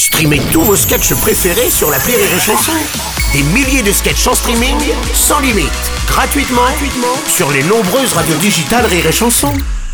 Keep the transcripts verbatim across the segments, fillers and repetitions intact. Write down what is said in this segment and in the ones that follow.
Streamez tous vos sketchs préférés sur l'appli Rire et Chanson. Des milliers de sketchs en streaming, sans limite, gratuitement, gratuitement sur les nombreuses radios digitales Rire et Chanson.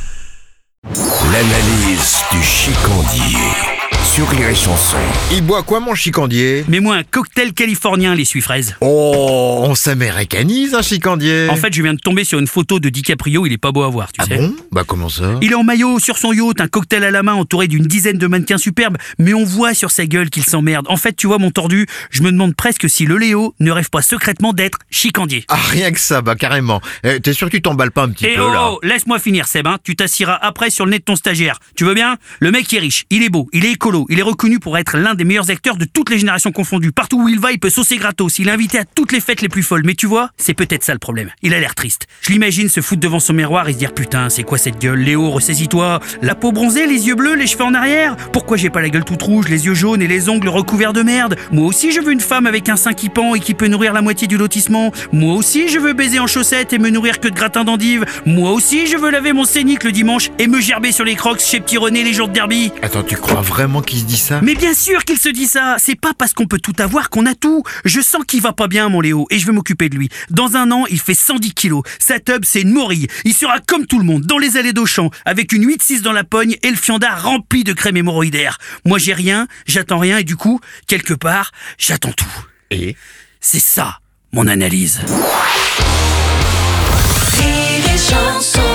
L'analyse du chicandier sur Rire et Chanson. Il boit quoi, mon chicandier? Mets-moi un cocktail californien, les suifraises. Oh, on s'américanise, un chicandier. En fait, je viens de tomber sur une photo de DiCaprio, il est pas beau à voir, tu ah sais. bon? Bah comment ça? Il est en maillot, sur son yacht, un cocktail à la main, entouré d'une dizaine de mannequins superbes, mais on voit sur sa gueule qu'il s'emmerde. En fait, tu vois, mon tordu, je me demande presque si le Léo ne rêve pas secrètement d'être chicandier. Ah, rien que ça, bah carrément. Eh, t'es sûr que tu t'emballes pas un petit Eh peu, oh, là? oh, laisse-moi finir, Seb, hein. Tu t'assiras après sur le nez de ton stagiaire. Tu veux bien? Le mec est riche, il est beau, il est écolo, il est reconnu pour être l'un des meilleurs acteurs de toutes les générations confondues. Partout où il va, il peut saucer gratos. Il est invité à toutes les fêtes les plus folles. Mais tu vois, c'est peut-être ça le problème. Il a l'air triste. Je l'imagine se foutre devant son miroir et se dire: putain, c'est quoi cette gueule? Léo, ressaisis-toi. La peau bronzée, les yeux bleus, les cheveux en arrière. Pourquoi j'ai pas la gueule toute rouge, les yeux jaunes et les ongles recouverts de merde? Moi aussi, je veux une femme avec un sein qui pend et qui peut nourrir la moitié du lotissement. Moi aussi, je veux baiser en chaussettes et me nourrir que de gratin d'endive. Moi aussi, je veux laver mon scénic le dimanche et me gerber sur les crocs chez Petit René les jours de derby. Attends, tu crois vraiment qu'il se dit ça? Mais bien sûr qu'il se dit ça. C'est pas parce qu'on peut tout avoir qu'on a tout. Je sens qu'il va pas bien, mon Léo, et je vais m'occuper de lui. Dans un an, il fait cent dix kilos. Sa tub, c'est une morille. Il sera comme tout le monde, dans les allées d'Auchan, avec une huit six dans la pogne et le fiandard rempli de crème hémorroïdaire. Moi, j'ai rien, j'attends rien, et du coup, quelque part, j'attends tout. Et C'est ça, mon analyse. Rire et Chanson.